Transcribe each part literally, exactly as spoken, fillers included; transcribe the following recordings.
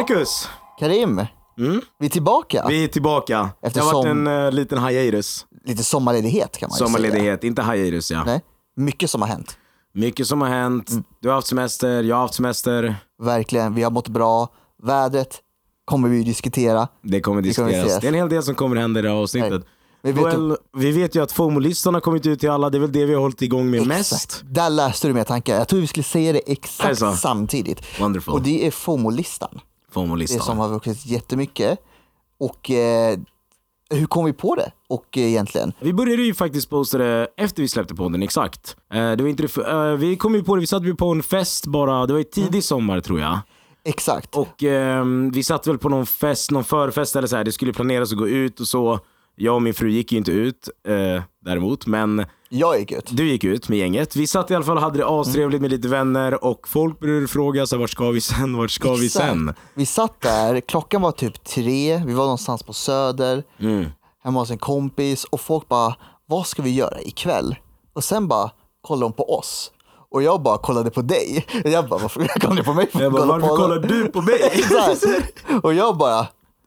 Marcus. Karim. Mm? Vi är tillbaka. Vi är tillbaka. Efter det har varit som... en uh, liten hiatus. Lite sommarledighet kan man ju Sommarledighet, säga. inte hiatus, ja. Nej, mycket som har hänt. Mycket som har hänt. Mm. Du har haft semester, jag har haft semester. Verkligen, vi har mått bra. Vädret kommer vi diskutera. Det kommer diskuteras. Det, kommer det är en hel del som kommer hända i det här avsnittet. Vi vet, well, vi vet ju att FOMO-listan har kommit ut till alla. Det är väl det vi har hållit igång med exakt. mest. Där läste du mina tankar. Jag tror vi skulle säga det exakt alltså. samtidigt. Wonderful. Och det är FOMO-listan. FOMO-listan. Det som har vuxit jättemycket. Och eh, hur kom vi på det? Och eh, egentligen? Vi började ju faktiskt posta det efter vi släppte podden, exakt. Eh, det var inte det, uh, vi kom ju på det, vi satt på en fest bara, det var i tidig mm. sommar tror jag. Exakt. Och eh, vi satt väl på någon fest, någon förfest eller så här. Det skulle planeras att gå ut och så. Jag och min fru gick ju inte ut eh, däremot, men jag gick ut. Du gick ut med gänget. Vi satt i alla fall och hade det astrevligt mm. med lite vänner. Och folk började fråga så här, vart ska vi sen, vart ska exakt. vi sen? Vi satt där, klockan var typ tre. Vi var någonstans på Söder mm. hemma hos en kompis. Och folk bara, vad ska vi göra ikväll? Och sen bara kollade de på oss. Och jag bara kollade på dig. Jag bara, varför kollade du på mig? Jag bara, varför kollar du på mig? Exakt. Och jag bara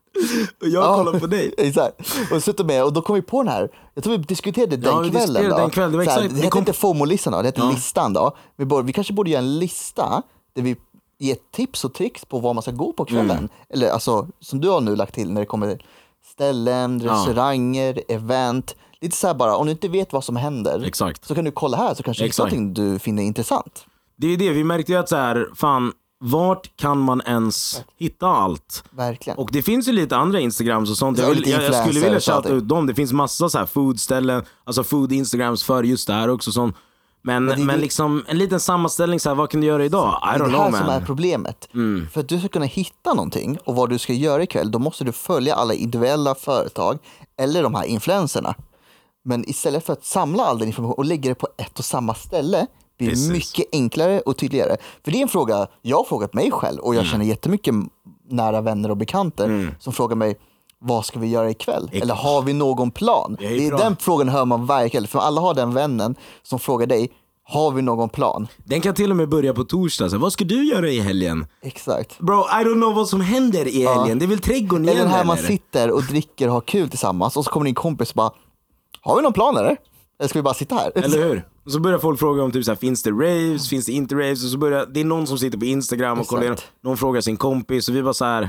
och jag ja, kollar på dig. Exakt. Och så med och då kom vi på den här. Jag tror vi diskuterade den ja, kvällen diskuterade då. Den kvällen. Det, var exakt, här, det heter kom... inte FOMO-listan då, det heter ja. listan då. Vi, borde, vi kanske borde göra en lista där vi ger tips och tricks på vad man ska gå på kvällen. Mm. Eller alltså, som du har nu lagt till när det kommer ställen, restauranger, ja. event. Lite så här bara, om du inte vet vad som händer exakt. så kan du kolla här så kanske det är någonting du finner intressant. Det är det, vi märkte ju att så här, fan, vart kan man ens hitta allt? Verkligen. Och det finns ju lite andra Instagrams och sånt. Jag, vill, jag, jag skulle vilja shouta ut dem. Det finns massa så här foodställen, alltså food Instagrams för just det här också. Sånt. Men, men, men liksom en liten sammanställning så här, vad kan du göra idag? I don't know, man. Det här som är problemet. Mm. För att du ska kunna hitta någonting och vad du ska göra ikväll, då måste du följa alla individuella företag eller de här influencerna. Men istället för att samla all den information och lägga det på ett och samma ställe blir det mycket enklare och tydligare. För det är en fråga jag har frågat mig själv och jag mm. känner jättemycket nära vänner och bekanter mm. som frågar mig, vad ska vi göra ikväll? Ik- Eller har vi någon plan? Det är, det är den frågan hör man verkligen. För alla har den vännen som frågar dig, har vi någon plan? Den kan till och med börja på torsdag. Så vad ska du göra i helgen? Exakt. Bro, I don't know vad som händer i helgen. Ja. Det är väl trädgården igen? Eller här eller? Man sitter och dricker och har kul tillsammans och så kommer din kompis och bara, har vi någon plan eller? Eller ska vi bara sitta här? Eller hur? Och så börjar folk fråga om typ så här, finns det raves, finns det inte raves? Och så börjar, det är någon som sitter på Instagram och kollar, någon frågar sin kompis och vi bara så här,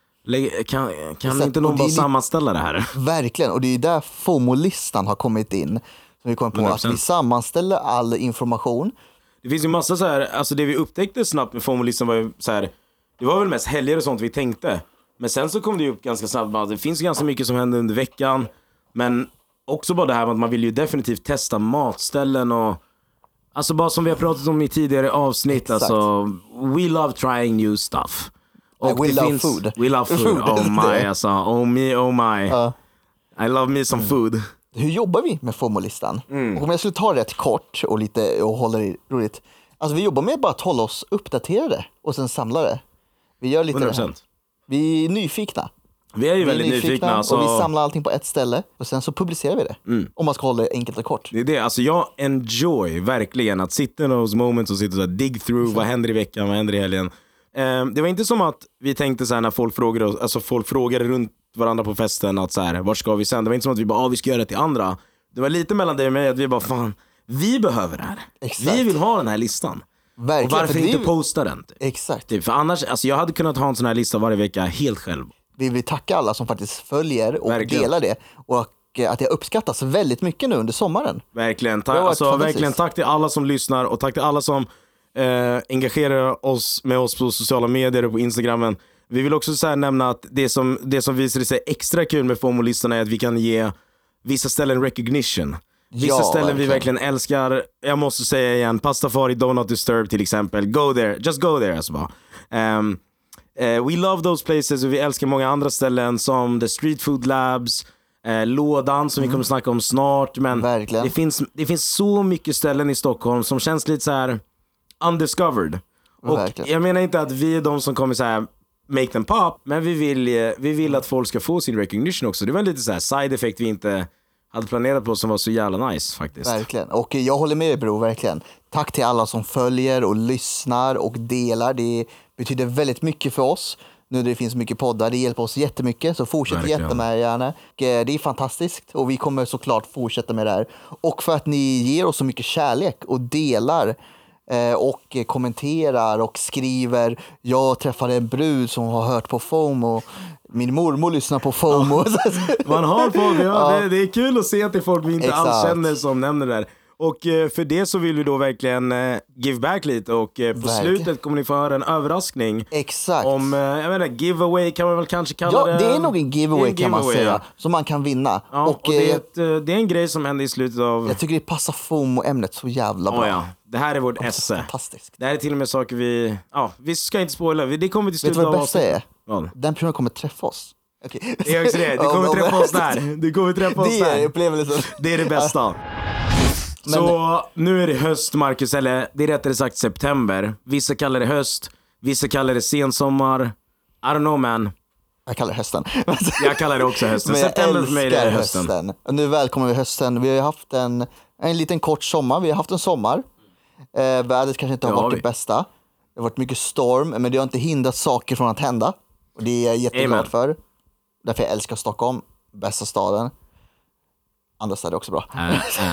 kan, kan inte någon bara sammanställa det här? Verkligen, och det är där FOMO-listan har kommit in. Som vi kommer på hundra procent. Att vi sammanställer all information. Det finns ju massa så här, alltså det vi upptäckte snabbt med FOMO-listan var ju så här, det var väl mest helger och sånt vi tänkte. Men sen så kom det ju upp ganska snabbt att det finns ganska mycket som händer under veckan. Men också bara det här med att man vill ju definitivt testa matställen och alltså bara som vi har pratat om i tidigare avsnitt. Exakt. Alltså we love trying new stuff. Och we, love finns, food. we love food. We love food. Oh my alltså. Oh me, oh my. Uh. I love me some food. Hur jobbar vi med FOMO-listan? Mm. Och om jag skulle ta det rätt kort och lite och hålla det roligt. Alltså vi jobbar med bara att hålla oss uppdaterade och sen samla det. Vi gör lite hundra procent. Vi är nyfikna. Vi är ju vi väldigt är nyfikna, nyfikna så... och vi samlar allting på ett ställe och sen så publicerar vi det. Mm. Om man ska hålla det enkelt och kort. Det är det, alltså jag enjoy verkligen att sitta i those moments och sitta och så här, dig through, så. Vad händer i veckan, vad händer i helgen. Eh, det var inte som att vi tänkte så här när folk frågade, alltså folk frågade runt varandra på festen att så här, var ska vi sen? Det var inte som att vi bara, ah, vi ska göra det till andra. Det var lite mellan dig och mig att vi bara, fan, vi behöver det här. Exakt. Vi vill ha den här listan. Verkligen, och varför för inte vi... posta den? Exakt. Typ, för annars, alltså jag hade kunnat ha en sån här lista varje vecka helt själv. Vi vill tacka alla som faktiskt följer och verkligen. delar det. Och att det uppskattas väldigt mycket nu under sommaren. Verkligen, Ta- alltså, verkligen tack till alla som lyssnar och tack till alla som eh, engagerar oss med oss på sociala medier och på Instagrammen. Vi vill också så här nämna att det som, det som visar sig extra kul med FOMO-listan är att vi kan ge vissa ställen recognition. Vissa ja, ställen verkligen. Vi verkligen älskar. Jag måste säga igen, Pastafari, Do Not Disturb till exempel. Go there, just go there alltså bara. Um, uh, we love those places och vi älskar många andra ställen som The Street Food Labs, uh, Lådan som mm. vi kommer snacka om snart. Men det finns, det finns så mycket ställen i Stockholm som känns lite så här undiscovered. Och verkligen. Jag menar inte att vi är de som kommer så här make them pop, men vi vill, vi vill att folk ska få sin recognition också. Det var en lite så här side effect vi inte hade planerat på som var så jävla nice faktiskt. Verkligen, och jag håller med dig bro, verkligen. Tack till alla som följer och lyssnar och delar. Det betyder väldigt mycket för oss. nu när det finns mycket poddar. Det hjälper oss jättemycket, så fortsätt jättemycket gärna. Det är fantastiskt och vi kommer såklart fortsätta med det här. Och för att ni ger oss så mycket kärlek och delar och kommenterar och skriver. Jag träffade en brud som har hört på FOMO. Min mormor lyssnar på FOMO. Ja, man har folk, ja, ja. Det, det är kul att se att det är folk vi inte Exakt. alls känner som nämner det där. Och eh, för det så vill vi då verkligen eh, give back lite. Och eh, på verkligen. slutet kommer ni få höra en överraskning. Exakt. Om, eh, jag vet inte, giveaway kan man väl kanske kalla ja, det. Ja, det är nog en giveaway, en giveaway kan man säga. Ja. Som man kan vinna. Ja, och, och det, är ett, det är en grej som händer i slutet av... Jag tycker det passar FOMO-ämnet så jävla bra. Oh, ja. Det här är vårt esse. Fantastiskt. Det här är till och med saker vi... Ja, vi ska inte spoila. Det kommer till slutet av... Vet du vad det bästa är? Ja. Den personen kommer träffa oss. Okay. Det är också det. Du kommer träffa oss där. Du kommer träffa oss där. Det är upplevelsen. Det är det bästa. Men... Så nu är det höst, Marcus, eller det är rättare sagt september. Vissa kallar det höst, vissa kallar det sensommar. I don't know, man. Jag kallar det hösten. Jag kallar det också hösten. September för mig är hösten. hösten. Nu välkomnar vi hösten. Vi har haft en, en liten kort sommar. Vi har haft en sommar. Eh, vädret kanske inte har ja, varit vi. det bästa. Det har varit mycket storm, men det har inte hindrat saker från att hända. Och det är jag jätteglad Amen. för. Därför jag älskar Stockholm, bästa staden. Andra städer är också bra. Äh,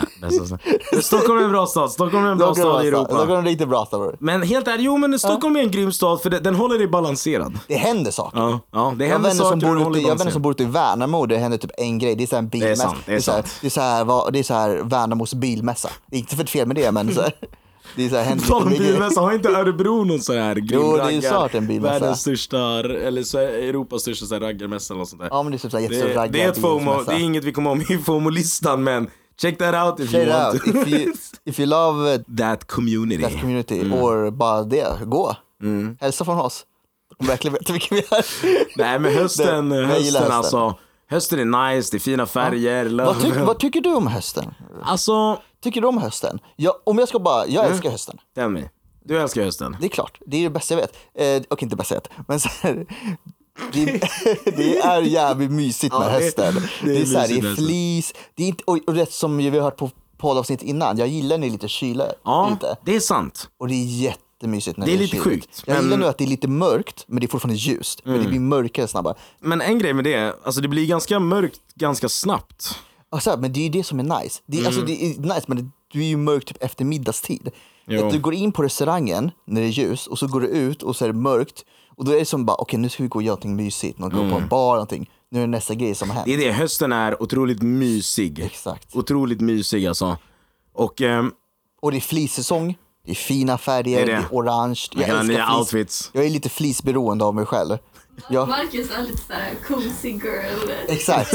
äh, Stockholm är en bra stad. Stockholm är en bra stad i Europa. Stockholm är en riktigt bra stad. Men helt ärligt, jo men Stockholm är en grym stad för det, den håller dig balanserad. Det händer saker. Ja, ja det händer jag saker. Som bor ute, jag vänner som bor ute i Värnamo, det händer typ en grej. Det är så här en bilmässa. Det är sant, det är sant. Det är så här, det är så här, det är så här Värnamos bilmässa. Inte för ett fel med det, men så här. Det är så här händer Tal om bilmässa, har inte Örebro någon sån här grym Jo, det är ju såklart en bilmässa. Världens största, eller så Europas största så här raggarmässa eller något sånt där. Ja, men det är så här jättestor raggar. Det är ett FOMO, det är inget vi kommer om i FOMO-listan, men check that out if check you want out. If you, if you love that community. That community, mm. or bara det, gå. Mm. Hälsa från oss. De verkligen vet vilka vi är. Nej, men hösten, det, hösten, hösten alltså. Hösten är nice, det är fina färger. Ja. Vad, tyck, vad tycker du om hösten? Alltså... Tycker du om hösten? Jag, om jag ska bara, jag älskar mm. hösten. Tell me. Du älskar hösten. Det är klart, det är det bästa jag vet. Eh, och inte bästa jag vet, men så här, det, det är jävligt mysigt med ja, hösten. Det, det är, det är så här, det är flis. Det är inte, och, och rätt som vi har hört på poddavsnitt innan, jag gillar när det är lite kyla. Ja, lite. Det är sant. Och det är jättemysigt när det är, det är lite kyligt. Sjukt. Jag men... gillar nu att det är lite mörkt, men det är fortfarande ljust. Mm. Men det blir mörkare snabbare. Men en grej med det, alltså det blir ganska mörkt ganska snabbt. Alltså, men det är ju det som är nice. Det är, mm. alltså, det är nice, men det, du är ju mörkt typ efter middagstid. Jo. Att du går in på restaurangen när det är ljus och så går du ut och så är det mörkt. Och då är det som bara, okej okay, nu ska vi gå och göra någonting mysigt. Någon mm. gå på en bar någonting. Nu är det nästa grej som har hänt. Det är det, hösten är otroligt mysig. Exakt. Otroligt mysig alltså. Och, ähm, och det är flissäsong. Det är fina färger, det är, det. det är orange. Jag, jag, nya outfits. Jag är lite flisberoende av mig själv. Jag... Marcus är lite såhär cozy girl. Exakt.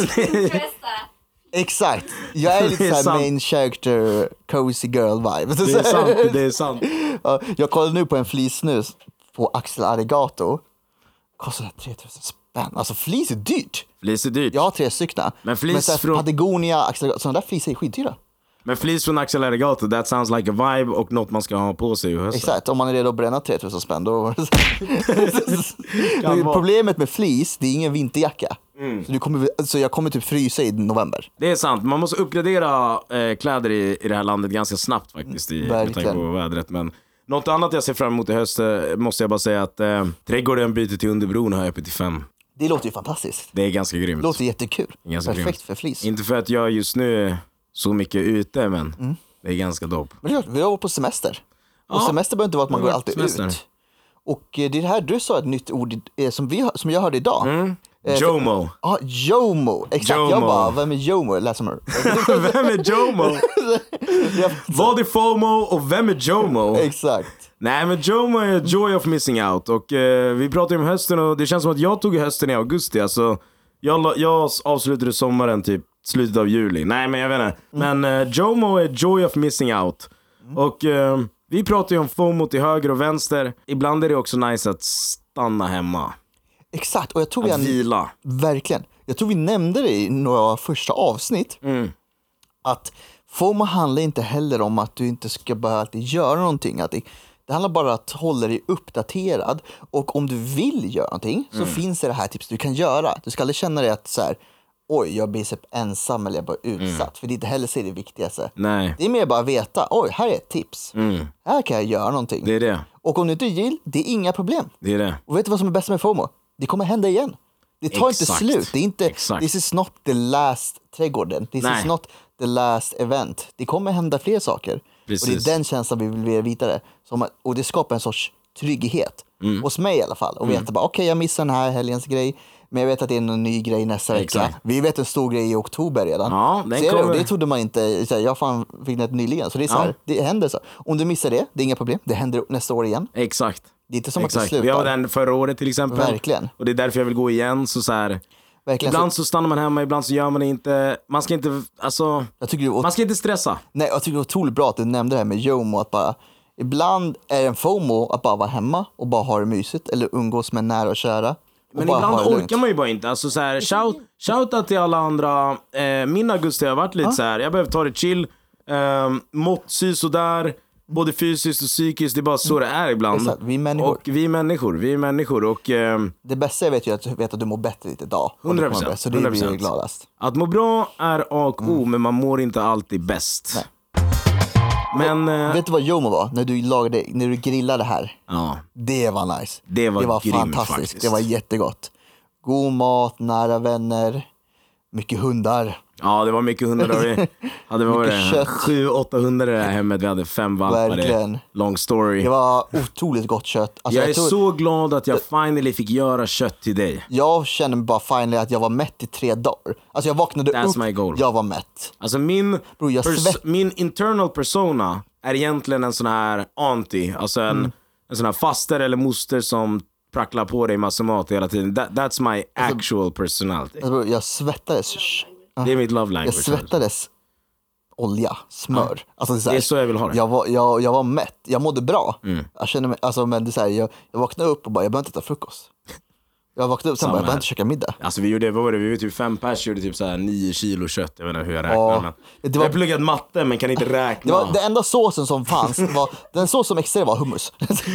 Exakt. Jag är lite såhär main character, cozy girl vibe. Det är sant, det är sant. Jag kollar nu på en fleece-snus på Axel Arigato. Kostar tre tusen spänn. Alltså fleece är dyrt. Fleece är dyrt. Jag har tre stycken. Men fleece Men från... Patagonia, Axel, sådana där fleece är skitdyra. Men fleece från Axel Arigato, that sounds like a vibe och något man ska ha på sig i hösten. Exakt, om man är redo att bränna tre tusen spänn då... Problemet med fleece, det är ingen vinterjacka. Mm. Så, du kommer, så jag kommer typ frysa i november. Det är sant, man måste uppgradera eh, kläder i, i det här landet ganska snabbt faktiskt i, med tanke på vädret. Men något annat jag ser fram emot i höst måste jag bara säga att eh, trädgården byter till Underbron och har öppet till fem. Det låter ju fantastiskt. Det är ganska grymt. Det låter jättekul. Ganska Perfekt grymt. För fleece. Inte för att jag just nu är så mycket ute, men mm. det är ganska dope. Men vi har varit på semester. Och ja. semester behöver inte vara att man går alltid semester. ut. Och det är det här du sa ett nytt ord som, vi, som jag hörde idag. Mm. Jomo. Ja, ah, Jomo. Exakt, Jomo. Jag bara, vem är Jomo? Läs om Vem är Jomo? Vad är FOMO och vem är Jomo? Exakt. Nej, men Jomo är joy of missing out. Och eh, vi pratar ju om hösten och det känns som att jag tog hösten i augusti. Alltså, jag, jag avslutade sommaren typ slutet av juli. Nej, men jag vet inte. Mm. Men eh, Jomo är joy of missing out. Mm. Och eh, vi pratar ju om FOMO till höger och vänster. Ibland är det också nice att stanna hemma. Exakt, och jag tror att vi vila. Verkligen. Jag tror vi nämnde det i några första avsnitt. Mm. Att FOMO handlar inte heller om att du inte ska bara alltid göra någonting. Att det, det handlar bara om att hålla dig uppdaterad. Och om du vill göra någonting så mm. finns det, det här tips du kan göra. Du ska aldrig känna dig att så här, oj, jag blir så ensam eller jag bara utsatt. Mm. För det är inte heller så det viktigaste. Nej. Det är mer bara veta, oj, här är ett tips. Mm. Här kan jag göra någonting. Det är det. Och om du inte vill, det är inga problem. Det är det. Och vet du vad som är bäst med FOMO? Det kommer hända igen. Det tar Exakt. inte slut. Det är inte, Exakt. this is not the last trädgården. This Nej. is not the last event. Det kommer hända fler saker. Precis. Och det är den känslan vi vill vidare. Som, och det skapar en sorts trygghet. Mm. Hos mig i alla fall. Och veta bara, okej okay, jag missar den här helgens grej. Men jag vet att det är en ny grej nästa vecka. Exakt. Vi vet en stor grej i oktober redan. Ja, den Ser kommer... du? Det trodde man inte. Så här, jag fan fick det nyligen. Så det är så här, Ja. det händer så. Om du missar det, det är inga problem. Det händer nästa år igen. Exakt. Det är inte som Exakt. att det Vi har slutar. den förra året till exempel. Verkligen. Och det är därför jag vill gå igen. Så så här, Verkligen. ibland Så, så stannar man hemma, ibland så gör man det inte. Man ska inte, alltså, jag tycker det var man ska inte stressa. Nej, jag tycker det är otroligt bra att du nämnde det här med JOMO, att bara, ibland är det en FOMO att bara vara hemma och bara ha det mysigt eller umgås med nära och kära. Och Men bara ibland ha det lugnt. orkar man ju bara inte. Alltså så här, shout, shoutout till alla andra. Eh, min augusti har varit lite Ja. så här. Jag behöver ta det chill. Eh, måttsy sådär. Både fysiskt och psykiskt. Det är bara så det är ibland. Exakt, vi är människor. Och vi är människor. Vi är människor. Och eh, Det bästa jag vet ju är att du vet att du mår bättre lite idag. Och det hundra kommer bra, procent. Så det blir jag gladast. Att må bra är A och O, men man mår inte alltid bäst. Nej. Men eh, Vet du vad JOMO var? När du lagade, när du grillade här. ja, Det var nice. det var, Det var grymt fantastiskt. faktiskt. Det var jättegott. God mat, nära vänner, mycket hundar. Ja, det var mycket hundar. Vi hade varit Mycket kött. sju, åtta hundar i det här hemmet. Vi hade fem valpar. Verkligen. Long story. Det var otroligt gott kött. Alltså, jag är tror, så glad att jag finally fick göra kött till dig. jag känner bara finally att jag var mätt i tre dagar. Alltså jag vaknade That's upp, my goal. jag var mätt. Alltså min, Bro, jag pers- svett- min internal persona är egentligen en sån här auntie. Alltså en, Mm. en sån här faster eller moster som pracklar på dig massa mat hela tiden. That, that's my actual personality. Alltså, bro, jag svettades. Det är mitt love Jag language. svettades olja, smör. Alltså, det, är så här, Det är så jag vill ha det. jag, var, jag, jag var mätt, jag mådde bra. Mm. Jag kände mig, alltså, men det är så här, jag, jag vaknade upp och bara, jag behöver inte äta frukost. Jag vaknade upp sen Samma bara, jag behöver här. inte käka middag. Alltså vi gjorde, vad var det? Vi var typ fem pers, gjorde typ så här nio kilo kött. Jag vet inte hur jag räknar. Ja, men. det Jag var- har pluggat matte men kan inte räkna. Det, var, det enda såsen som fanns, var, den sås som existerade var hummus.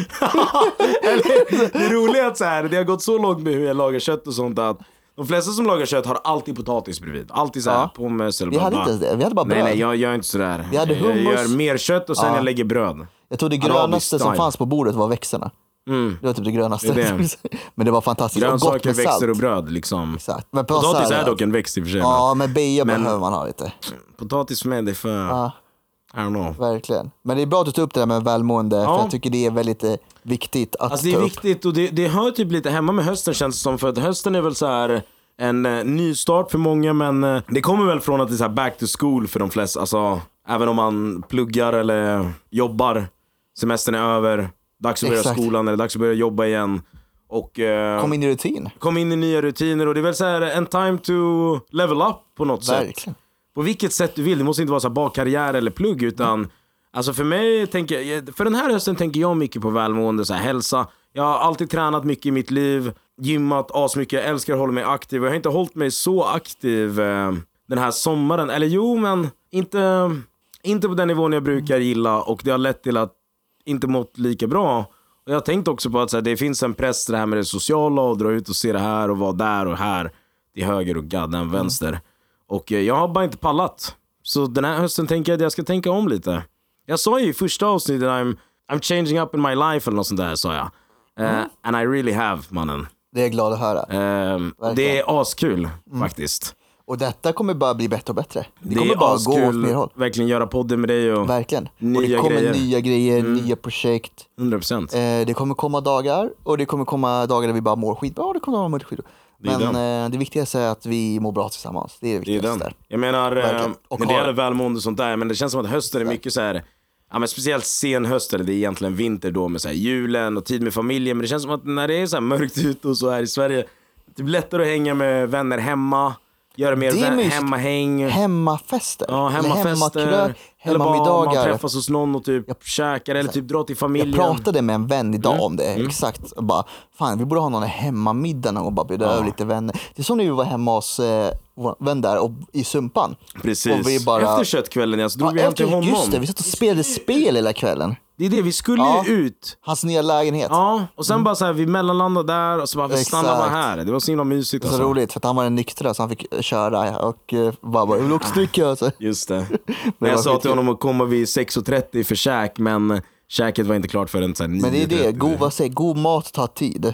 Eller, det roliga är att så här, det har gått så långt med hur jag lagar kött och sånt att de flesta som lagar kött har alltid potatis bredvid. Alltid så här Ja. pommes eller Vi bla, hade bla. inte det, vi hade bara bröd. Nej nej, jag gör inte sådär. Vi hade Jag hummus. gör mer kött och sen Ja. jag lägger bröd. Jag tror det Arabisk grönaste som style. fanns på bordet var växterna. Mm. Det var typ det grönaste. Det är det. Men det var fantastiskt. Och gott Grönsaker, med salt. växter och bröd liksom. Exakt. Men på Potatis så här- är dock en växt i och för sig. Ja, men beja Men- behöver man ha lite. men Potatis för mig det är för, Ja, I don't know. verkligen. Men det är bra att du tar upp det där med välmående, Ja. för jag tycker det är väldigt eh, viktigt att Alltså det ta är upp. viktigt och det, det hör typ lite hemma med hösten känns det som. För att hösten är väl så här en eh, ny start för många. Men eh, det kommer väl från att det är så här back to school för de flesta. Alltså även om man pluggar eller jobbar. Semestern är över. Dags att börja Exakt. skolan eller dags att börja jobba igen. Och eh, Kom in i rutin. kom in i nya rutiner. Och det är väl så här en time to level up på något sätt. Verkligen. På vilket sätt du vill. Det måste inte vara så här bara karriär eller plugg utan alltså för mig tänker jag, för den här hösten tänker jag mycket på välmående, så här, hälsa. Jag har alltid tränat mycket i mitt liv, gymmat asmycket, jag älskar att hålla mig aktiv och jag har inte hållit mig så aktiv eh, den här sommaren. Eller jo, men inte, inte på den nivån jag brukar gilla och det har lett till att inte mått lika bra. Och jag har tänkt också på att så här, det finns en press det här med det sociala och dra ut och se det här och vara där och här till höger och gadden vänster. Och eh, jag har bara inte pallat. Så den här hösten tänker jag att jag ska tänka om lite. Jag sa ju i första avsnittet I'm, I'm changing up in my life eller något sånt där sa jag. Uh, and I really have, mannen. Det är jag glad att höra. Uh, det är askul faktiskt. Och detta kommer bara bli bättre och bättre. Det, Det kommer är bara gå åt askul, mer håll. verkligen göra podden med dig och Verkligen. Och det nya kommer grejer. nya grejer, nya projekt. hundra procent. Eh, det kommer komma dagar och det kommer komma dagar där vi bara mår skitbra och det kommer vara skitbra. Det är Men eh, det viktigaste är att vi mår bra tillsammans. Det är det Det är viktigaste. den. Jag menar, eh, Verkligen. Och när det ha- gäller välmående och sånt där, men det känns som att hösten är mycket så här. Ja, men speciellt sen höst, eller det är egentligen vinter då med så här julen och tid med familjen. Men det känns som att när det är så här mörkt ute och så här i Sverige, det blir lättare att hänga med vänner hemma, göra mer Det är vä- mysigt. hemmahäng. Hemmafester. Ja, Eller hemmafester. hemmakrök, Eller bara man hemmamiddagar. träffas hos någon och typ käkar eller typ drar till Jag familjen. pratade med en vän idag Mm. om det, exakt. Och bara, fan vi borde ha någon hemmamiddag och bara bjuda Ja. över lite vänner. Det är som när vi var hemma hos eh, vår vän där och, i Sumpan. Precis. Och vi bara- Efter köttkvällen ja, så drog Ja, vi hem till efter- honom. Just det, vi satt och spelade spel hela kvällen. Det är det, vi skulle Ja. ju ut. Hans nya lägenhet. Ja, och sen bara så här, vi mellanlandade där och så bara, vi stannar bara Exakt. här. Det var så himla mysigt Så alltså. roligt för att han var en nyktra så han fick köra och uh, bara, bara jag vill också dricka. Alltså. Just det. var Men jag sa skitkul. till honom att komma vid sex och trettio för käk, men käket var inte klart förrän så här nio Men det är det, trettio. god, vad säger, god mat tar tid.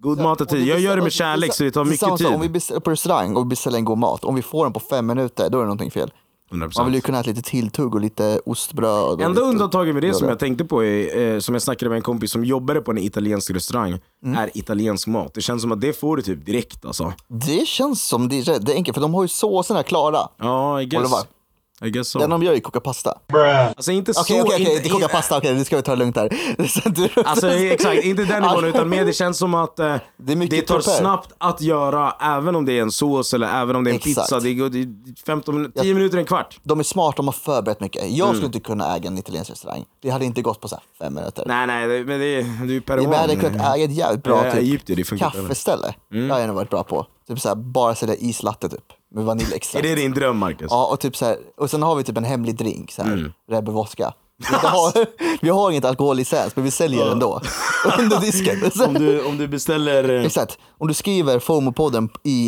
God mat är tid. Jag gör det med kärlek så det tar mycket tid. Om vi beställer på restaurang och vi beställer en god mat, om vi får den på fem minuter, då är det någonting fel. hundra procent. Man vill ju kunna äta lite tilltugg och lite ostbröd. Enda undantaget med det som det. jag tänkte på är, eh, som jag snackade med en kompis som jobbade på en italiensk restaurang, mm. är italiensk mat. Det känns som att det får du typ direkt alltså. Det känns som det är, det är enkelt, för de har ju såserna klara. Ja, I guess. I guess so. Den de gör är koka pasta. Alltså inte okay, så... Okej, okej, inte, inte koka pasta, okej, okay, det ska vi ta lugnt här. Alltså exakt, inte den nivån, utan mer det känns som att eh, det, det tar snabbt att göra, även om det är en sås eller även om det är en exakt. pizza. Det går femton, tio ja. minuter, en kvart. De är smarta, de har förberett mycket. Jag mm. skulle inte kunna äga en italiensk restaurang. Det hade inte gått på så här fem minuter. Nej, nej, det, men det, det är ju peruan. Jag hade kunnat äga ett jävligt bra ja, typ, Egypten, kaffeställe. Mm. Det har jag nog varit bra på. Typ så här, bara sälja islatte typ. Med vaniljextrakt. Är det din dröm, Marcus? Ja, och typ så här, och sen har vi typ en hemlig drink så här, mm. Rebbe vodka. Vi har, vi har inget alkohollicens, men vi säljer den då. Under disken. Om du, om du beställer... Exakt. Om du skriver FOMO-podden i,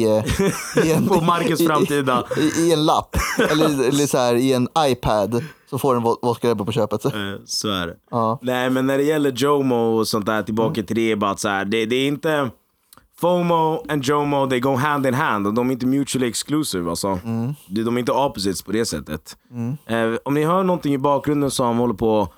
i en... på Marcus framtida. I, i, i en lapp. Eller, eller så här, i en iPad. Så får du en vodka Rebbe på köpet. Så, så är det. Ja. Nej, men när det gäller Jomo och sånt där, tillbaka mm. till det, bara så här, det, det är inte... FOMO and JOMO, they go hand in hand. Och de är inte mutually exclusive alltså. Mm. De är inte opposites på det sättet. Mm. eh, Om ni hör någonting i bakgrunden som håller på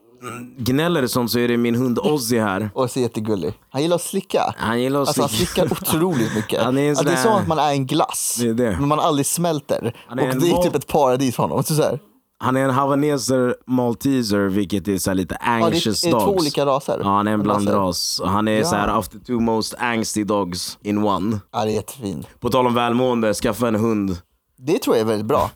gnäller och sånt, så är det min hund Ozzy här. Ozzy är jättegullig. Han gillar att slicka. Han gillar att slicka. Alltså, han slickar otroligt mycket. Han är alltså, det är som att man är en glass. Det är det. Men man aldrig smälter. Och det är mal- typ ett paradis för honom. Så så här. Han är en havaneser malteser, vilket är så lite anxious ja, det är, dogs. Det är två olika raser. Ja, han är en blandras. Han är ja. så här of the two most angsty dogs in one. Ja, det är jättefint. På tal om välmående, skaffa en hund. Det tror jag är väldigt bra.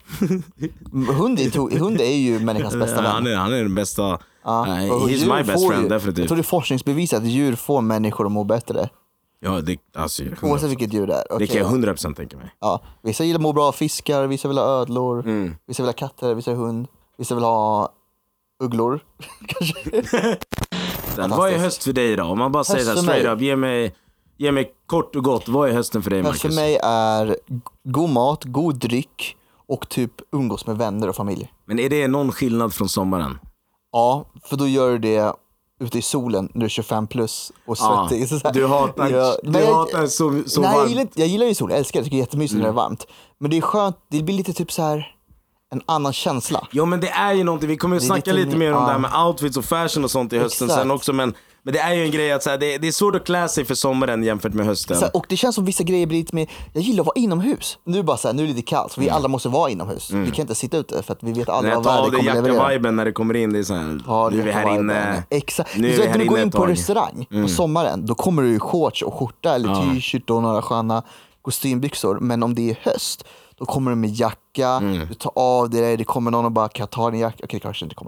hund, är, hund är ju människans bästa vän. Han är, han är den bästa. Ja. Uh, he's my best friend, ju, definitivt. Jag tror det är forskningsbevisat att djur får människor att må bättre. Ja, det, alltså, oavsett vilket djur det är. Okay, det kan jag ja. hundra procent tänka mig. Ja. Vissa gillar att må bra av fiskar, vissa vill ha ödlor, mm. vissa vill ha katter, vissa hund. Vissa vill ha ugglor. Kanske. Sen, vad är höst för dig då? Om man bara höst säger så här straight up, ge mig, ge mig kort och gott, vad är hösten för dig, Marcus? Höst för mig är god mat, god dryck och typ umgås med vänner och familj. Men är det någon skillnad från sommaren? Ja, för då gör du det ute i solen när du är tjugofem plus och svettig. Ja, du hatar, ja, du jag, hatar så, så nej, varmt. Jag gillar, jag gillar ju sol, jag älskar det, jag tycker det är jättemysigt mm. när det är varmt. Men det är skönt, det blir lite typ så här en annan känsla. Jo, men det är ju någonting, vi kommer ju snacka lite, lite mer om ja. det här med outfits och fashion och sånt i hösten. Exakt. Sen också, men, men det är ju en grej att så här, det, det är svårt att klä sig för sommaren jämfört med hösten. Så, och det känns som vissa grejer blir lite mer, jag gillar att vara inomhus. Nu är det bara så här, nu är det lite kallt, för vi mm. alla måste vara inomhus. Mm. Vi kan inte sitta ute för att vi vet alla vad vädret kommer leverera. Jag tar viben när det kommer in, det är så här, ja, nu är vi här inne. Exakt. Nu är så vi här när du går in på tag. restaurang mm. på sommaren, då kommer du i shorts och skjorta eller ja. t-shirt och några sköna kostymbyxor. Men om det är höst, då kommer du med jacka, mm. du tar av dig, det kommer någon och bara, kan jag ta din jacka? Okej, kanske inte kommer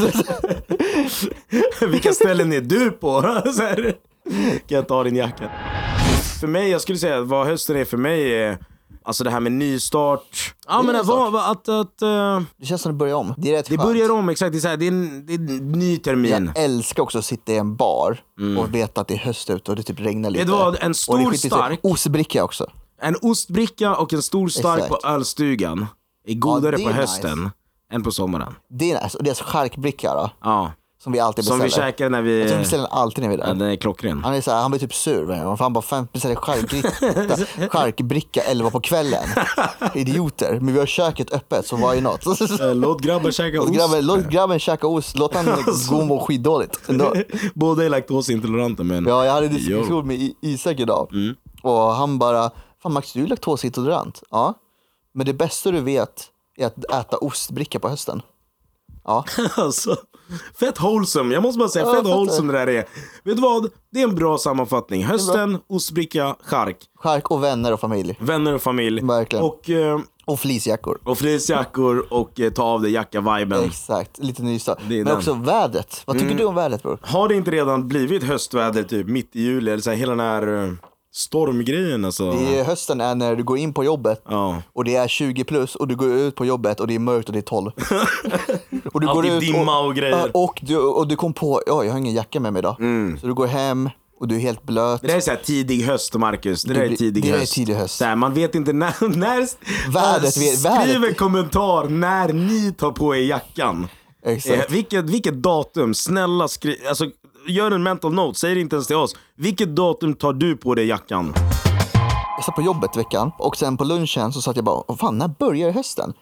någon. Vilka ställen är du på? Så här, kan jag ta din jacka? För mig, jag skulle säga att vad hösten är för mig är alltså det här med nystart. Ja, men vad, vad, att, att uh, det känns som det börjar om. Det är rätt Det skönt. börjar om, exakt. Det är, så här, det är, en, det är en ny termin. Jag älskar också att sitta i en bar mm. och veta att det är höst ut och det typ regnar lite. Det var en stor stark ostbricka också. En ostbricka och en stor stark exakt. På ölstugan är godare ja, är på hösten nice. Än på sommaren. Det är nice. Och det är alltså charkbricka då. Ja. Som vi alltid beställer. Som vi käkar när vi... Jag tror vi beställer alltid när vi är där. Ja, den är klockren. Han är så här, han blir typ sur. Han bara fem beställer charkbricka, charkbricka elva på kvällen. Idioter. Men vi har köket öppet, så why not? Låt grabben käka ost. Grabben, låt grabben käka ost. Låt han alltså. gå och skitdåligt. Båda är laktosintoleranta, men... Ja, jag hade en diskussion med Isak idag. Mm. Och han bara, fan Max, du är laktosintolerant. Ja. Men det bästa du vet är att äta ostbricka på hösten. Ja. Alltså, fett wholesome. Jag måste bara säga, ja, fett wholesome det där är. Vet du vad? Det är en bra sammanfattning. Hösten, ostbricka, chark. Chark och vänner och familj. Vänner och familj. Verkligen. Och, eh, och fleecejackor. Och fleecejackor och eh, ta av dig jacka-viben. Exakt, lite nystart. Men den. också vädret. Vad tycker mm. du om vädret, bror? Har det inte redan blivit höstväder typ mitt i juli? Eller så här, hela den här... Eh, stormgrejen alltså. Det är hösten är när du går in på jobbet ja. Och det är tjugo plus och du går ut på jobbet och det är mörkt och det är tolv. Och du går ut dimma och, och grejer. Och du, och du kom på, ja, jag har ingen jacka med mig idag. Mm. Så du går hem och du är helt blöt. Det där är så här tidig höst, Marcus. Det där är tidig det höst. Är tidig höst. Så här, man vet inte när, när vädret, skriv en kommentar när ni tar på er jackan. Exakt. Eh, vilket, vilket datum, snälla skriv, alltså gör en mental note, säg det inte ens till oss. Vilket datum tar du på dig jackan? Jag satt på jobbet veckan och sen på lunchen så satt jag bara, vad fan, när börjar hösten?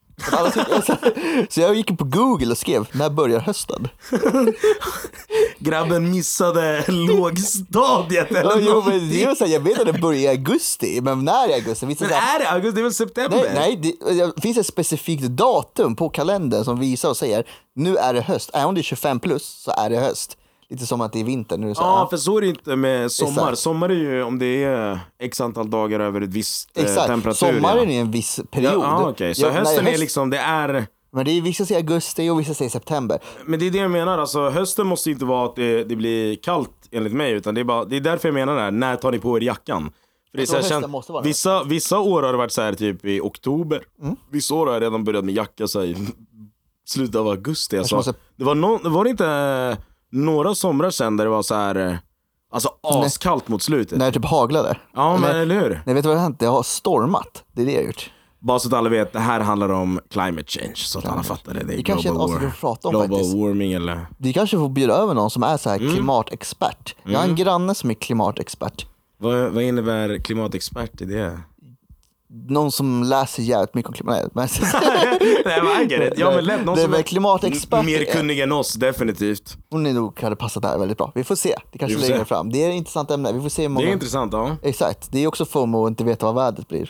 Så jag gick på Google och skrev, när börjar hösten? Grabben missade lågstadiet eller ja, jo, men någonting. det så här, jag vet att det börjar i augusti, men när är augusti? Men är det augusti? Det är väl september? Nej, nej det, det finns ett specifikt datum på kalendern som visar och säger, nu är det höst. Även om det är tjugofem plus så är det höst. Lite som att det är vinter nu. Så, ja, ja, för så är det inte med sommar. Exakt. Sommar är ju om det är x antal dagar över ett visst Exakt. temperatur. Sommaren är en viss period. Ja, ah, okej. Okay. Så ja, hösten nej, är liksom, det är... Men det är vissa säger augusti och vissa säger september. Men det är det jag menar, alltså hösten måste inte vara att det, det blir kallt enligt mig, utan det är, bara, det är därför jag menar det här, när tar ni på er jackan? För det är så här, hösten måste vara vissa, vissa år har det varit så här typ i oktober, mm. vissa år har jag redan börjat med jacka så här, i slutet av augusti. Alltså, måste... det, var no, det var inte några somrar sen där det var så här, alltså askallt mot slutet. När det typ haglade. Ja, men eller, eller hur? Nej, vet du vad det har hänt? Det har stormat, det är det jag har gjort. Bara så att alla vet, det här handlar om climate change, så att alla fattar det. Det är det kanske global, war, prata om global faktiskt. warming eller... Vi kanske får bjuda över någon som är så här mm. klimatexpert. Jag har en granne som är klimatexpert. Vad, vad innebär klimatexpert i det? Någon som läser jävligt mycket om klimat. Men... Nej, men I get it. Ja, men lätt, någon det som är klimatexpert. Mer kunnig än oss, definitivt. Hon är nog hade passat där väldigt bra. Vi får se. Det kanske lägger se. fram. Det är ett intressant ämne. Vi får se många... Det är intressant, ja. Exakt. Det är också FOMO att inte veta vad vädret blir.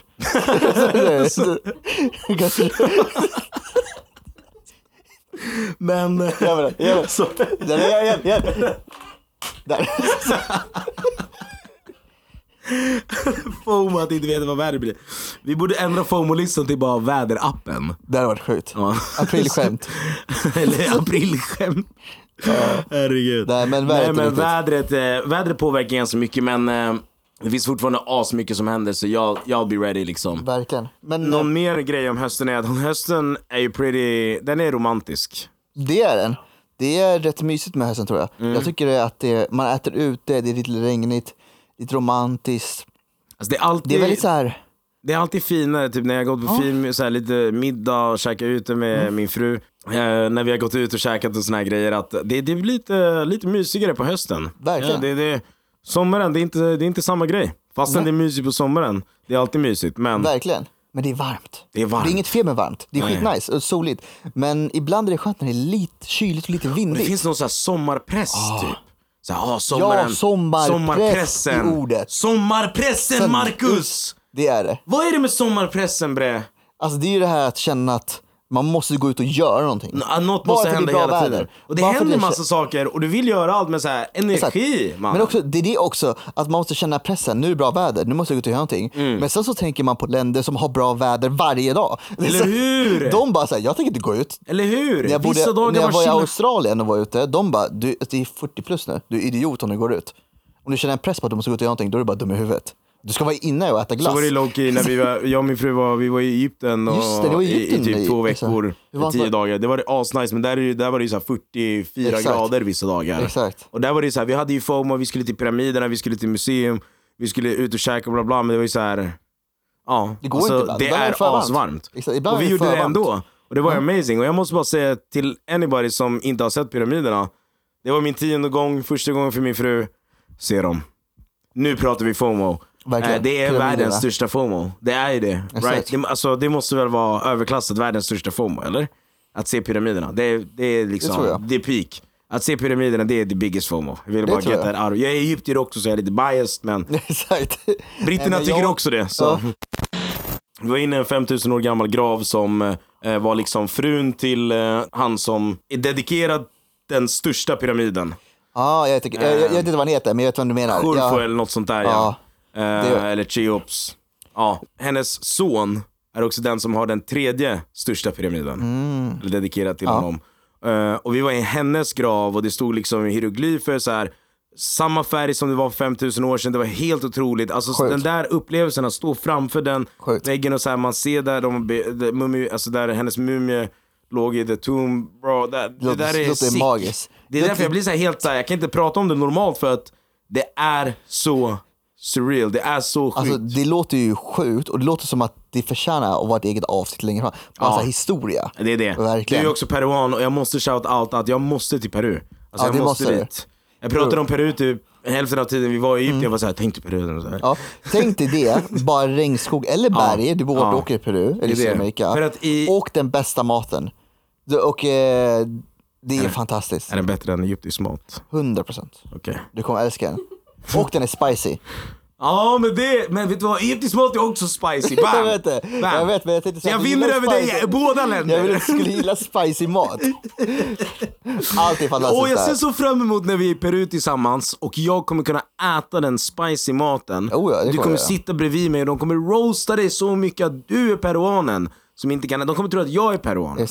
Men... Gör det, gör det. Så... Där är jag igen, igen. Där. FOMO att inte veta vad väder blir. Vi borde ändra FOMO-listan till bara väderappen. Det har varit sjukt. Ja. Aprilskämt. Eller aprilskämt. Ja. Herregud. Nej, men vädret, Nej, men vädret, eh, vädret påverkar ganska mycket, men eh, det finns fortfarande as mycket som händer, så jag I'll be ready liksom. Verkligen. Men någon mer grej om hösten är att hösten är ju pretty, den är romantisk. Det är den. Det är rätt mysigt med hösten, tror jag. Mm. Jag tycker att det, man äter ute, det är lite regnigt, lite romantiskt. Alltså det är alltid, det är väldigt så här. Det är alltid finare, typ när jag gått på ja. fin, så här, lite middag och käkat ute med mm. min fru. Eh, när vi har gått ut och käkat och såna här grejer, att det, det blir lite, lite mysigare på hösten. Verkligen. Ja, det, det, sommaren, det är, inte, det är inte samma grej. Fastän det är mysigt på sommaren, det är alltid mysigt. Men... Verkligen. Men det är varmt. Det är varmt. Det är inget fel med varmt. Det är Nej. skitnice och soligt. Men ibland är det skönt när det är lite kyligt och lite vindigt. Det finns någon så här sommarpress oh. typ. Så här, oh, sommaren, ja, sommarpress sommarpressen. I ordet. Sommarpressen, Sen, Marcus! Det är det. Vad är det med sommarpressen, bre? Alltså det är ju det här att känna att man måste gå ut och göra någonting. Nå, något måste hända hela väder. tiden. Och det Bara händer en massa k- saker och du vill göra allt med så här energi, man. Men också, det är det också, att man måste känna pressen. Nu är det bra väder, nu måste jag gå ut och göra någonting. Mm. Men sen så tänker man på länder som har bra väder varje dag. Eller så, hur? De bara säger, jag tänker inte gå ut. Eller hur? När jag, bodde, när jag var i Australien och var ute, de bara, du, det är fyrtio plus nu, du är idiot om du går ut. Om du känner en press på att du måste gå ut och göra någonting, då är du bara dum i huvudet. Du ska vara inne och äta glass. Så var det low-key när vi var, jag och min fru var, vi var i Egypten, och Just det, det var i, Egypten i, i typ två veckor, exakt. tio dagar. Det var asnice, men där, där var det ju så här fyrtiofyra exakt. grader vissa dagar. Exakt. Och där var det så här, vi hade ju FOMO, vi skulle till pyramiderna, vi skulle till museum, vi skulle ut och käka och bla bla, men det var ju så här, ja, det går alltså, inte, det är asvarmt. Och vi gjorde det ändå. Och det var mm. amazing. Och jag måste bara säga till anybody som inte har sett pyramiderna, det var min tionde gång, första gången för min fru, se dem. Nu pratar vi FOMO. Verkligen. Det är världens största FOMO. Det är ju det, right? det, alltså, det måste väl vara överklassat världens största FOMO, eller? Att se pyramiderna. Det, det är liksom, det, det är peak. Att se pyramiderna, det är the biggest FOMO. Jag vill bara get that out. Jag är egyptier också, så jag är lite biased, men exakt. britterna tycker jag... också det. Så. Ja. Vi var inne i en femtusen år gammal grav som eh, var liksom frun till eh, han som är dedikerad den största pyramiden. Ja, ah, jag, jag, jag, jag vet inte vad han heter, men jag vet vad du menar. Khurfu ja. eller något sånt där, ja. ja. Uh, eller Cheops. Ja, hennes son är också den som har den tredje största pyramiden. Mm. Eller dedikerad till ja. honom. Uh, och vi var i hennes grav och det stod liksom hieroglyfer så här, samma färg som det var för femtusen år sedan. Det var helt otroligt. Alltså Sjukt. den där upplevelsen att stå framför den Sjukt. väggen och så här, man ser där de, de, mumie, alltså där hennes mumie låg i the tomb, bro. Det, det, det där är sick. Magiskt. Det är därför jag blir så här helt så här, jag kan inte prata om det normalt för att det är så surreal, det är så sjukt. Alltså det låter ju sjukt och det låter som att det förtjänar att vara ett eget avsnitt längre fram. Alltså ja. historia. Det är det. Verkligen. Du är ju också peruan och jag måste shout out att jag måste till Peru. Alltså ja, jag måste, måste dit. Jag pratade om Peru typ hälften av tiden vi var i Egypten. Mm. Jag var såhär, tänk dig Peru. Så här. Ja, tänk dig det. Bara regnskog eller berg. Ja. Du borde ja. åka i Peru eller i Sydamerika. För att i... Och den bästa maten. Och eh, det är, är fantastiskt. Är den bättre än egyptisk mat? hundra procent. Okay. Du kommer älska den. Och den är spicy. Ja, men det, men vet du vad, egyptisk mat är också spicy. Bam! jag vet det. Bam. Jag vet, men jag tänkte så jag vinner över spicy. dig i båda länder. Jag vill att du skulle gilla spicy mat. Allt är fantastiskt. Och jag ser så fram emot när vi är i Peru tillsammans och jag kommer kunna äta den spicy maten. Oh ja, du kommer jag. sitta bredvid mig och de kommer roasta dig så mycket att du är peruanen som inte kan. De kommer tro att jag är peruan.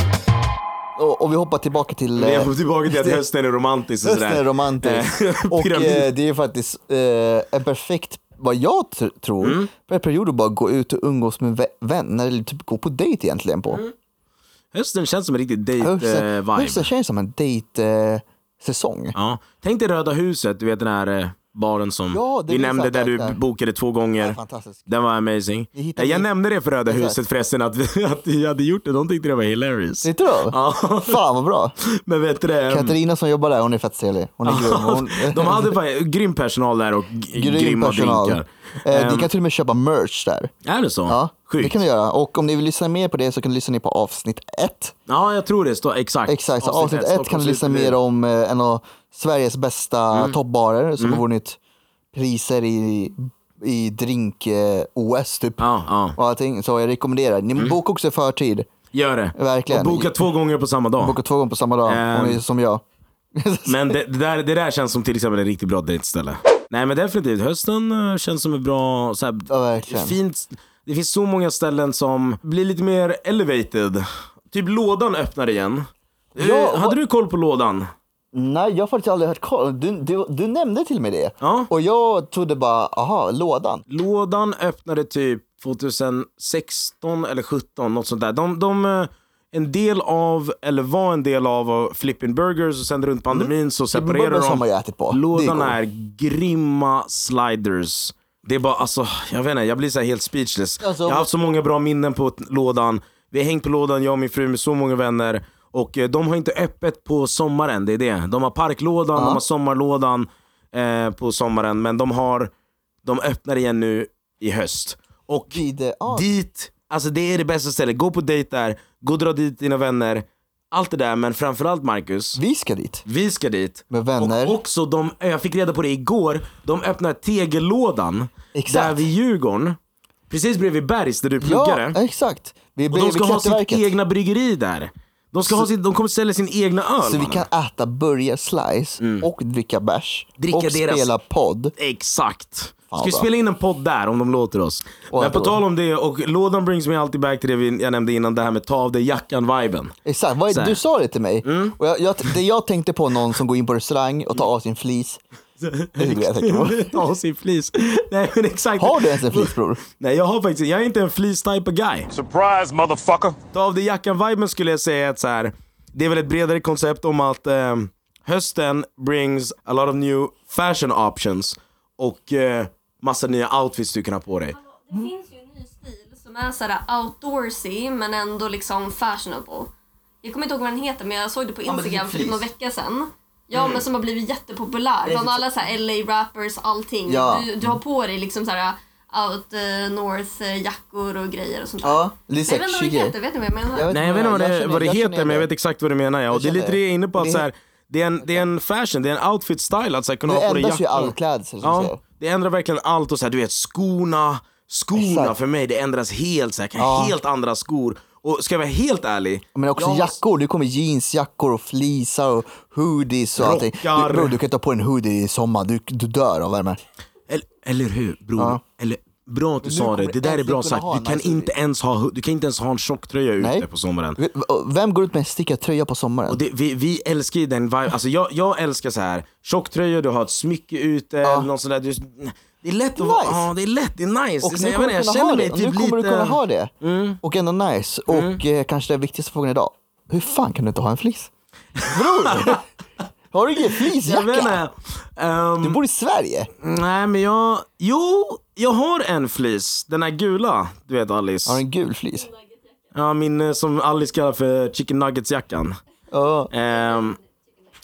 Och, och vi hoppar tillbaka till... Vi hoppar tillbaka till att hösten är romantisk. Och hösten är romantisk. Och eh, det är faktiskt eh, en perfekt, vad jag t- tror, mm. för en period att bara gå ut och umgås med vänner eller typ gå på dejt egentligen på. Mm. Hösten känns som en riktig date-vibe. Hösten, hösten känns som en date-säsong. Eh, ja. Tänk dig Röda huset, du vet den här... Eh, baren som ja, vi nämnde där du där. bokade två gånger. Ja, den var amazing. Jag, jag nämnde det för Röda huset förresten att vi, att vi hade gjort det. De tyckte det var hilarious. Inte då? Ja. Fan vad bra. Men vet du det? Katarina som jobbar där, hon är fett trevlig. Hon är grym. Hon... De hade faktiskt grym personal där och g- grym grymma personal. drinkar. Eh, um, ni kan till och med köpa merch där. Är det så? Ja, Sjukt. Det kan ni göra. Och om ni vill lyssna mer på det så kan ni lyssna ner på avsnitt ett. Ja, jag tror det står exakt. Exakt, så avsnitt ett kan ni lyssna mer om eh, en av Sveriges bästa mm. toppbarer som mm. har vunnit priser i, i drink-O S typ. Ja, ja. Och allting, så jag rekommenderar. Ni mm. bokar också i förtid. Gör det. Verkligen. Och boka två gånger på samma dag. Boka två gånger på samma dag, um, om ni, som jag. Men det, det, där, det där känns som till exempel en riktigt bra dejtställe. Nej men definitivt, hösten uh, känns som en bra så här, ja, fint. Det finns så många ställen som blir lite mer elevated. Typ lådan öppnar igen. Ja, uh, hade du koll på lådan? Nej, jag har faktiskt aldrig hört koll. Du, du, du nämnde till mig det. Ja. Och jag trodde bara, aha, lådan. Lådan öppnade typ tjugohundrasexton eller sjutton, något sånt där. De, de en del av, eller var en del av Flippin' Burgers och sen runt pandemin mm. så separerade de. Har ätit på. Lådan är, är grymma sliders. Det är bara, alltså, jag vet inte, jag blir så här helt speechless. Alltså, jag har haft så många bra minnen på lådan. Vi har hängt på lådan, jag och min fru med så många vänner. Och eh, de har inte öppet på sommaren, det är det. De har parklådan, ja. de har sommarlådan eh, på sommaren. Men de har, de öppnar igen nu i höst. Och det, ah. dit, alltså det är det bästa stället. Gå på dejt där, gå och dra dit dina vänner. Allt det där, men framförallt Marcus. Vi ska dit. Vi ska dit. Med vänner. Och också, de, jag fick reda på det igår. De öppnar tegellådan. Exakt. Där vid Djurgården. Precis bredvid Bergs där du pluggade. Ja, exakt. Vi och de ska ha sitt egna bryggeri där. De, ska så, ha sin, de kommer ställa sin egna öl. Så vi kan äta burgarslice mm. och dricka bärs. Dricka och deras... spela podd. Exakt. Ska vi spela in en podd där om de låter oss. Och men på tal om det, och lådan brings me alltid back till det vi, jag nämnde innan, det här med ta av dig jackan-viben. Exakt, vad är, du sa det till mig. Mm. Och jag, jag, det jag tänkte på någon som går in på restaurang och tar av sin flis. Det är det jag tänker på. Ta av sin flis. Nej, men exakt. Har du ens en flis, bror? Nej, jag har faktiskt, jag är inte en flis type of guy. Surprise, motherfucker. Ta av dig jackan-viben skulle jag säga att så här, det är väl ett bredare koncept om att eh, hösten brings a lot of new fashion options och eh, massa nya outfits du kan ha på dig. Det finns ju en ny stil som är sådär outdoorsy men ändå liksom fashionable. Jag kommer inte ihåg vad den heter men jag såg det på Instagram ja, för några veckor sedan. Ja mm. men som har blivit jättepopulär. Bland alla så här L A-rappers, allting. Ja. Du, du har på dig liksom såhär out uh, north uh, jackor och grejer och sånt där. Ja, Lisa, jag vet inte vad det heter, vet ni vad jag menar? Jag Nej jag vet inte vad det, vad det heter men jag vet exakt vad du menar. Ja. Och det är lite det jag är inne på att så här, det, är en, det är en fashion, det är en outfit style att så här, kunna det ha på dig jackor. Det ändras ju all klädsel som ja, ser. Det ändrar verkligen allt och så här, du vet skorna, skorna exakt. För mig det ändras helt så här, ja. Helt andra skor. Och ska jag vara helt ärlig. Men också jag... jackor, du kommer jeansjackor och flisar och hoodies och rockar. Allting. Du, bro, du kan ta på en hoodie i sommar, du, du dör av värme. Eller, eller hur, bror? Ja. Eller, bra att du sa det, det där är bra sagt. Du kan, inte ens ha, du kan inte ens ha en tjocktröja ute Nej. På sommaren. Vem går ut med en stickad tröja på sommaren? Och det, vi, vi älskar ju den vibe. Alltså jag, jag älskar så här tjocktröja, du har ett smycke ute ja. Eller något sånt där. Du, det är lätt att nice. vara, ja, det är lätt, det är nice. Och det, nu jag kommer jag känner mig typ lite... Nu kommer du kunna ha det. Mm. Och ändå nice. Och mm. eh, kanske den viktigaste frågan idag. Hur fan kan du inte ha en flis? Bror! Har du ingen fleecejacka? Um, du bor i Sverige. Nej men jag... Jo, jag har en fleece. Den är gula, du vet Alice. Har du en gul fleece? Ja, min som Alice kallar för chicken nuggets jackan. Oh. um,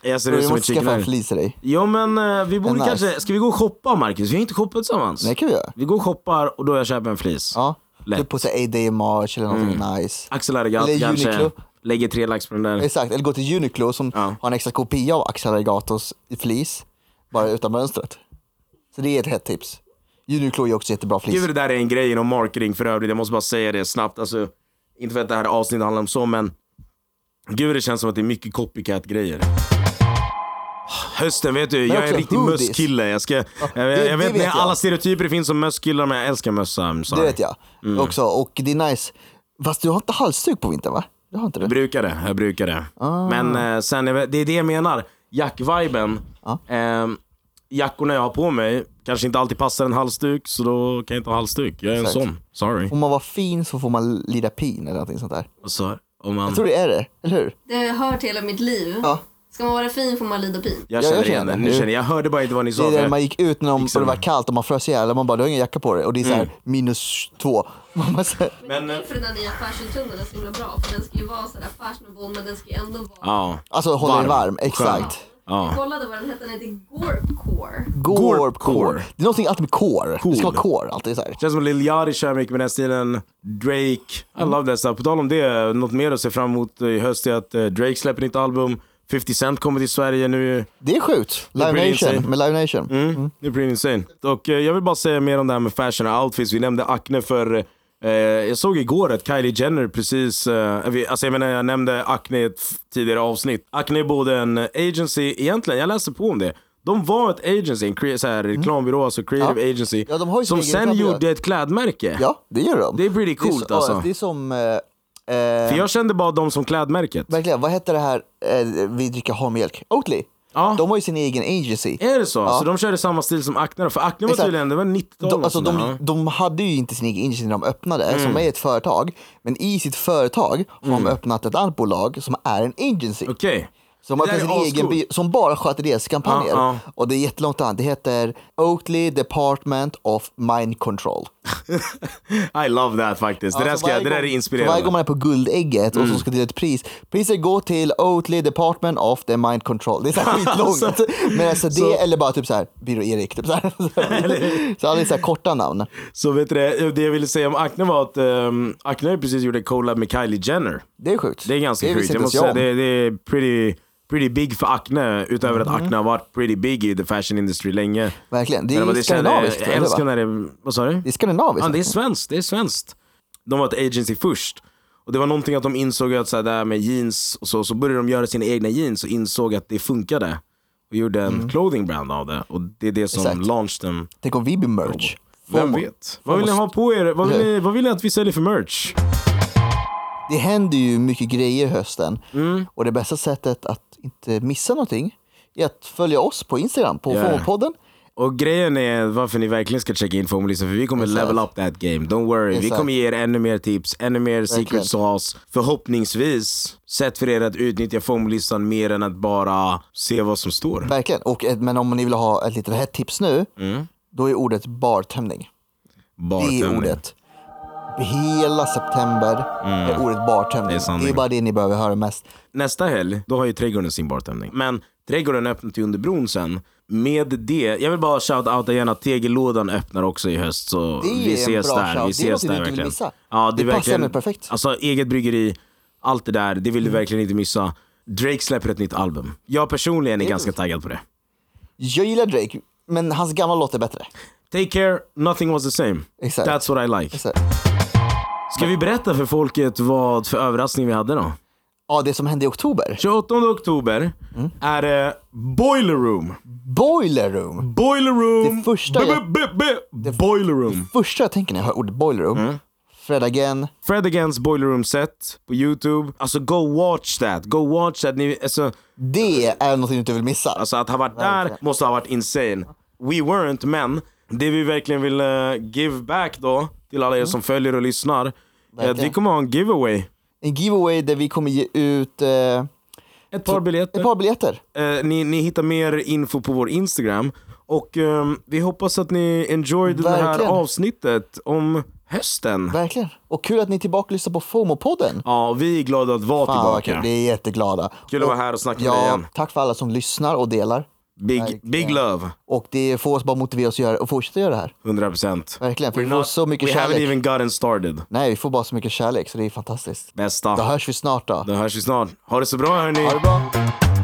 Jag ser ut som ett skaffa en flis i dig. Jo men uh, vi borde nice. kanske, ska vi gå och shoppa Marcus? Vi har inte shoppat tillsammans. Nej, kan vi göra. Vi går och shoppar och då jag köper en flis. Ja, lätt. Du på sig A D March eller någonting mm. nice. Axel Arigato kanske. Uniqlo. Lägger tre lax på den där. Exakt, eller gå till Uniqlo som ja. har en extra kopia av Axel Arigatos flis. Bara utan mönstret. Så det är ett hett tips. Uniqlo är också jättebra flis. Gud, det där är en grej inom marketing för övrigt. Jag måste bara säga det snabbt. Alltså, inte för att det här avsnittet handlar om så, men gud, det känns som att det är mycket copycat-grejer. Hösten, vet du, jag är en riktig mösskille. Jag, ska, jag, jag, jag, jag vet inte, alla stereotyper det finns som mösskillar, men jag älskar mössa. Det vet jag mm. också, och det är nice. Fast du har inte halsduk på vintern, va? Du har inte det. Jag brukar det, jag brukar det. Ah. Men eh, sen, det är det jag menar. Jackviben. Ah. Eh, jackorna jag har på mig kanske inte alltid passar en halsduk, så då kan jag inte ha halsduk. Jag är Exakt. en sån, sorry. Om man var fin så får man lida pin eller någonting sånt där. Så, om man... Jag tror det är det, eller hur? Det har jag hört hela mitt liv. Ja. Ska man vara fin får man lida pin. Jag känner, ja, jag känner igen det. Jag, jag hörde bara inte vad ni sa. Det är där man gick ut när de, det var kallt och man frös ihjäl och man bara, du har ingen jacka på dig. Och det är så här, mm. minus två. Men det är för den här nya fashion-tunneln är så himla bra. För den ska ju vara sådär fashionable, men den ska ju ändå vara... Ja. Alltså hålla dig varm, exakt. Ja. Jag kollade vad den hette, den heter Gorpcore. Gorpcore. Det är någonting alltid med core. Cool. Det ska vara core, alltid så här. Det känns som Lil Yachty kör mycket med den stilen. Drake, I love that stuff. På tal om det, något mer att se fram emot i höst är att Drake släpper nytt album. fifty Cent kommer till Sverige nu. Det är sjukt. Live Nation, med Live Nation. Mm, mm. Det är pretty insane. Och uh, jag vill bara säga mer om det här med fashion och outfits. Vi nämnde Acne för... Uh, jag såg igår att Kylie Jenner precis... Uh, vi, alltså jag menar, jag nämnde Acne i ett tidigare avsnitt. Acne är både en agency... Egentligen, jag läste på om det. De var ett agency, en cre- så här, reklambyrå, alltså creative ja. agency. Ja, de som sen gjorde ett klädmärke. Ja, det gör de. Det är pretty coolt det är så, alltså. Det är som... Uh... För jag kände bara dem som klädmärket. Verkligen, vad heter det här eh, vi dricker harmjölk? Oatly. Ja. De har ju sin egen agency. Är det så? Ja. Så de körde samma stil som Acne? För Acne var tydligen, det var nittiotalet. De, alltså de, de hade ju inte sin egen agency när de öppnade, mm. som är ett företag. Men i sitt företag har mm. de öppnat ett annat bolag som är en agency. Okej. Okay. Som, har sin egen by- som bara sköter deras kampanjer. Uh, uh. Och det är jättelångt an. Det heter Oatly Department of Mind Control. I love that faktiskt. Det, ja, där, ska, det där är inspirerande. Varje gång man är på guldägget mm. och så ska det ett pris. Priset går till Oatly Department of the Mind Control. Det är så här skitlångt. Men alltså det så... eller bara typ så här Byrå Erik. Typ så här. Så alla är så här korta namn. Så vet du det, det jag ville säga om Acne var att um, Acne precis gjorde en collab med Kylie Jenner. Det är sjukt. Det är ganska sjukt. Jag måste säga, det, det är pretty... pretty big för Acne, utöver mm. att Acne har varit pretty big i the fashion industry länge. Verkligen, det är det skandinaviskt. Jag älskar när det, vad sa du? Det är skandinaviskt. Ja, det är svenskt, det är svenskt. De var ett agency först. Och det var någonting att de insåg att så här, där med jeans och så, så började de göra sina egna jeans och insåg att det funkade. Och gjorde en mm. clothing brand av det. Och det är det som Exakt. launched dem. Tänk om vi blir merch. Vem vet? Vad vill ni ha på er? Vad vill ni, vad vill ni att vi säljer för merch? Det händer ju mycket grejer hösten. Mm. Och det bästa sättet att inte missa någonting är att följa oss på Instagram, på yeah. FOMO-podden. Och grejen är varför ni verkligen ska checka in FOMO-listan, för vi kommer Exakt. level up that game. Don't worry, Exakt. vi kommer ge er ännu mer tips, ännu mer verkligen. secret sauce. Förhoppningsvis sätt för er att utnyttja FOMO-listan mer än att bara se vad som står. Verkligen, och, men om ni vill ha ett litet hett tips nu, mm. då är ordet bartömning. Bartömning. Det är ordet. Hela september mm. är ordet bartömning. Det är, det är bara det ni behöver höra mest. Nästa helg, då har ju trädgården sin bartömning. Men trädgården öppnar till under bron sen. Med det, jag vill bara shout out igen att tegelådan öppnar också i höst. Så vi ses där, vi ses där verkligen. Ja, det, det är verkligen perfekt. Alltså eget bryggeri, allt det där, det vill du mm. verkligen inte missa. Drake släpper ett nytt album. Jag personligen är, är ganska taggad på det. Jag gillar Drake, men hans gamla låt är bättre. Take care, nothing was the same. Exakt. That's what I like. Exakt. Ska vi berätta för folket vad för överraskning vi hade då? Ja, det som hände i oktober. tjugoåttonde oktober mm. är det Boiler Room. Boiler Room? Boiler Room. Det första b- b- b- b- Boiler Room. Det första jag tänker när jag hör ordet Boiler Room. Mm. Fred Again. Fred Agains Boiler Room set på YouTube. Alltså go watch that. Go watch that. Ni, alltså, det är något du inte vill missa. Alltså att ha varit där måste ha varit insane. We weren't, men det vi verkligen vill uh, give back då till alla er mm. som följer och lyssnar är att vi kommer ha en giveaway. En giveaway där vi kommer ge ut uh, ett par biljetter. Ett par biljetter. Uh, ni, ni hittar mer info på vår Instagram. Och um, vi hoppas att ni enjoyed Verkligen. det här avsnittet om hösten. Verkligen. Och kul att ni är tillbaka och lyssnar på FOMO-podden. Ja, och vi är glada att vara Fan, tillbaka. kul. Vi är jätteglada. Kul att vara här och snacka ja, med dig igen. Tack för alla som lyssnar och delar. Big, big love. Och det får oss bara motivera oss att göra och fortsätta göra det här. hundra procent. Verkligen, för We're vi får not, så mycket we kärlek. haven't even gotten started. Nej, vi får bara så mycket kärlek så det är fantastiskt. Bästa. Då hörs vi snart då. Då hörs vi snart. Ha det så bra hörni. Ha det bra.